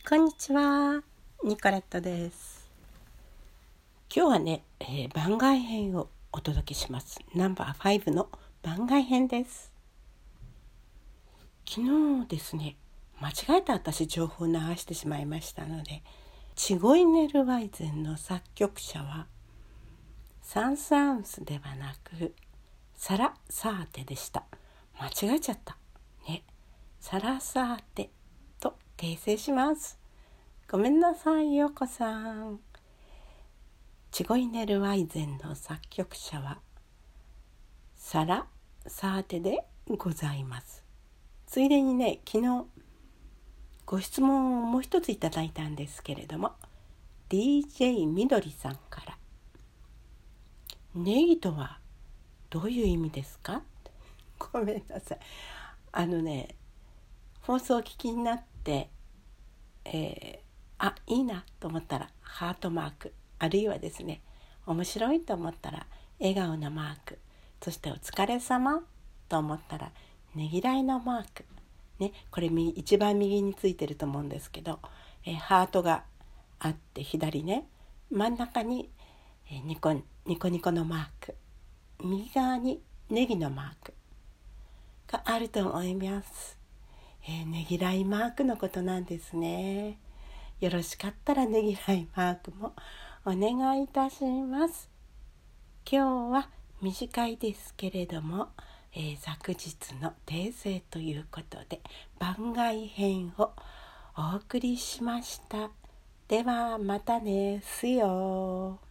こんにちは、ニコレットです。今日はね、番外編をお届けします。ナンバー5の番外編です。昨日ですね、間違えた私情報を流してしまいましたので、チゴイネル・ワイゼンの作曲者はサン・サーンスではなくサラ・サーテでした。間違えちゃったね。サラ・サーテと訂正します。ごめんなさい、ようこさん。チゴイネル・ワイゼンの作曲者はサラ・サーテでございます。ついでにね、昨日ご質問をもう一ついただいたんですけれども、 DJ みどりさんから、ネギとはどういう意味ですか？ごめんなさい。放送を聞きになって、いいなと思ったらハートマーク、あるいはですね、面白いと思ったら笑顔のマーク、そしてお疲れ様と思ったらねぎらいのマークね、これ一番右についてると思うんですけど、ハートがあって、左ね、真ん中に、ニコニコのマーク、右側にネギのマークがあると思います。ねぎらいマークのことなんですね。よろしかったらねぎらいマークもお願いいたします。今日は短いですけれども、昨日の訂正ということで番外編をお送りしました。ではまたね、すよ。